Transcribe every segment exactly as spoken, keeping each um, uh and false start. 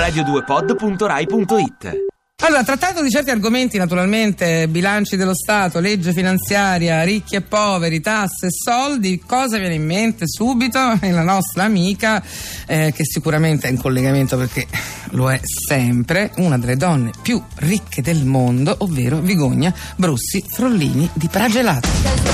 radio due pod punto rai punto it. Allora, trattato di certi argomenti, naturalmente, bilanci dello Stato, legge finanziaria, ricchi e poveri, tasse e soldi, cosa viene in mente subito? La nostra amica, eh, che sicuramente è in collegamento perché lo è sempre, una delle donne più ricche del mondo, ovvero Vigogna Brussi Frollini di Pragelato.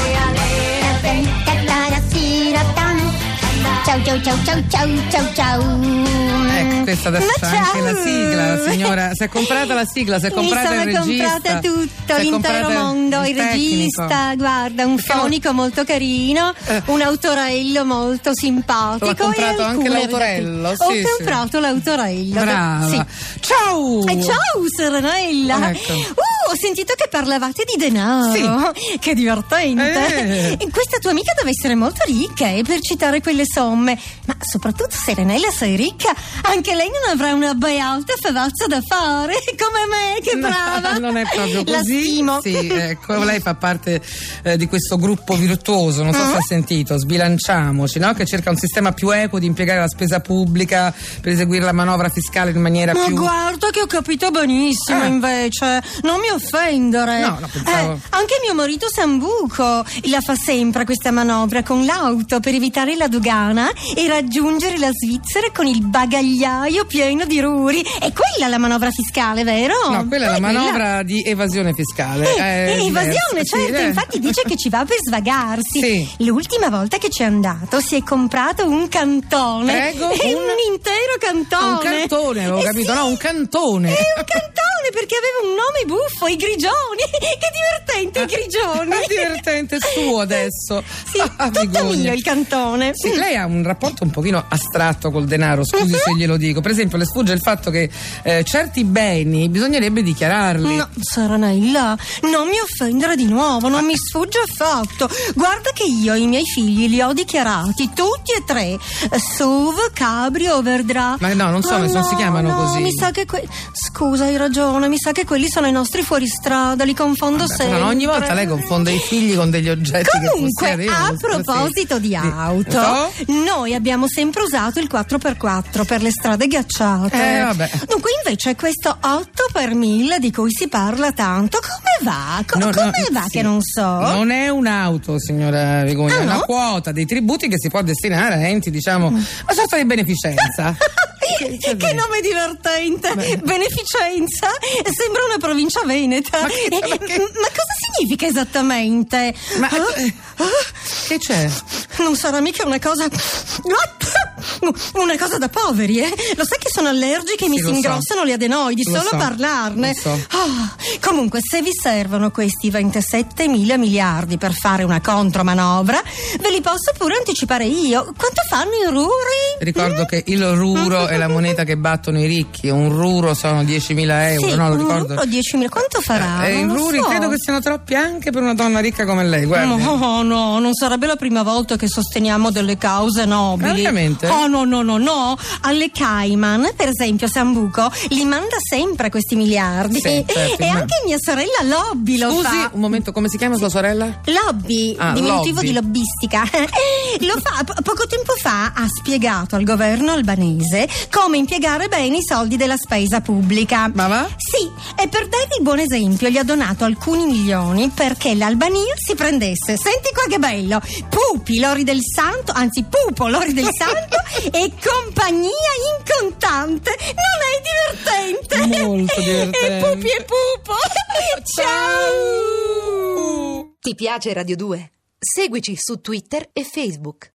Ciao ciao ciao ciao ciao ciao ciao. Ecco, questa adesso Ma c'è anche ciao. la sigla, signora. Si è comprata la sigla, si è comprata il Mi sono regista. comprata tutto, si è l'intero comprata mondo, il, il tecnico. regista, guarda, un Perché fonico non- molto carino, Eh. un autorello molto simpatico. L'ha comprato e anche alcune l'autorello, redazioni. sì, Ho sì. comprato l'autorello. Brava. Sì. Ciao! Eh, ciao Serenella. Ecco. Uh, ho sentito che parlavate di denaro. Che divertente. Eh. E questa tua amica deve essere molto ricca, eh, per citare quelle somme. Ma soprattutto Serenella, sei ricca, anche lei non avrà una beata favazza da fare come me, che brava. No, non è proprio La così. stimo. Sì, ecco, lei fa parte eh, di questo gruppo virtuoso, non so se ha sentito, Sbilanciamoci, no? Che cerca un sistema più equo di impiegare la spesa pubblica per eseguire la manovra fiscale in maniera Ma più... guarda che ho capito benissimo, Eh. invece. Non mi offendere. No, no, pensavo- Eh, anche mio marito Sambuco la fa sempre questa manovra con l'auto per evitare la dogana e raggiungere la Svizzera con il bagagliaio pieno di ruri. È quella la manovra fiscale, vero? No, quella è la Eh, manovra di evasione fiscale. Eh, È eh, evasione, diversa, sì, certo, eh. infatti dice che ci va per svagarsi. Sì. L'ultima volta che ci è andato si è comprato un cantone. Prego, Eh, un- un intero cantone. Un cantone, avevo Eh, capito, sì. no, un cantone. È un cantone perché aveva un nome buffo, i Grigioni. Che divertente, i Grigioni. È divertente, è suo adesso. Sì, Ah, tutto Vigogna. mio il cantone. Sì, lei ha un rapporto un pochino astratto col denaro, scusi se glielo dico. Per esempio, le sfugge il fatto che eh, certi beni bisognerebbe dichiararli. No, Serenella, non mi offendere di nuovo, non mi sfugge affatto. Guarda che io i miei figli li ho dichiarati tutti e tre. S U V, cabrio, overdraft. Ma no, non sono, Ah, non si no, chiamano no, così. Mi sa che que- Scusa, hai ragione, mi sa che quelli sono i nostri fuoristrada, li confondo Vabbè, sempre. però ogni volta lei confonde i figli con degli oggetti che Comunque, possiede. Io a non so, proposito sì. di auto, Oh? noi abbiamo sempre usato il quattro per quattro per le strade ghiacciate. Eh, vabbè. Dunque, invece, questo otto per mille di cui si parla tanto, come va? Co- No, no, come va sì. che non so? Non è un'auto, signora Vigogna, Ah, è una no? quota dei tributi che si può destinare a enti, diciamo, una sorta di beneficenza. Che, c'è che lei? nome divertente! Beh. Beneficenza? Sembra una provincia veneta. Ma che- Eh, ma che- ma cosa significa esattamente? Ma Ah? eh, che c'è? Non sarà mica una cosa. Una cosa da poveri, eh? Lo sai che sono allergiche e mi Sì, si lo so. ingrossano le adenoidi, Lo solo so, a parlarne. lo so. Ah, comunque, se vi servono questi ventisette mila miliardi per fare una contromanovra, ve li posso pure anticipare io. Quanto fanno i ruri? Ricordo che il ruro è la moneta che battono i ricchi, un ruro sono diecimila euro, Sì, no? Lo un ricordo. ruro diecimila. Quanto farà? Eh, I Non lo ruri so. credo che siano troppi anche per una donna ricca come lei, guardi. No, no, non sarebbe la prima volta che sosteniamo delle cause nobili. Veramente? Oh, no, no, no, no. Alle Cayman, per esempio, Sambuco li manda sempre questi miliardi. Sì, certo, e ma- anche mia sorella Lobby lo Scusi, fa. un momento, come si chiama sua sorella? Lobby, Ah, diminutivo lobby. di lobbistica. Lo fa, po- poco tempo fa ha spiegato al governo albanese come impiegare bene i soldi della spesa pubblica. Ma va? Sì, e per darvi il buon esempio gli ha donato alcuni milioni perché l'Albania si prendesse, senti qua che bello, Pupi, Lori del Santo, anzi Pupo, Lori del Santo e compagnia in contante. Non è divertente? Molto divertente. E Pupi e Pupo. Ciao! Ti piace Radio due? Seguici su Twitter e Facebook.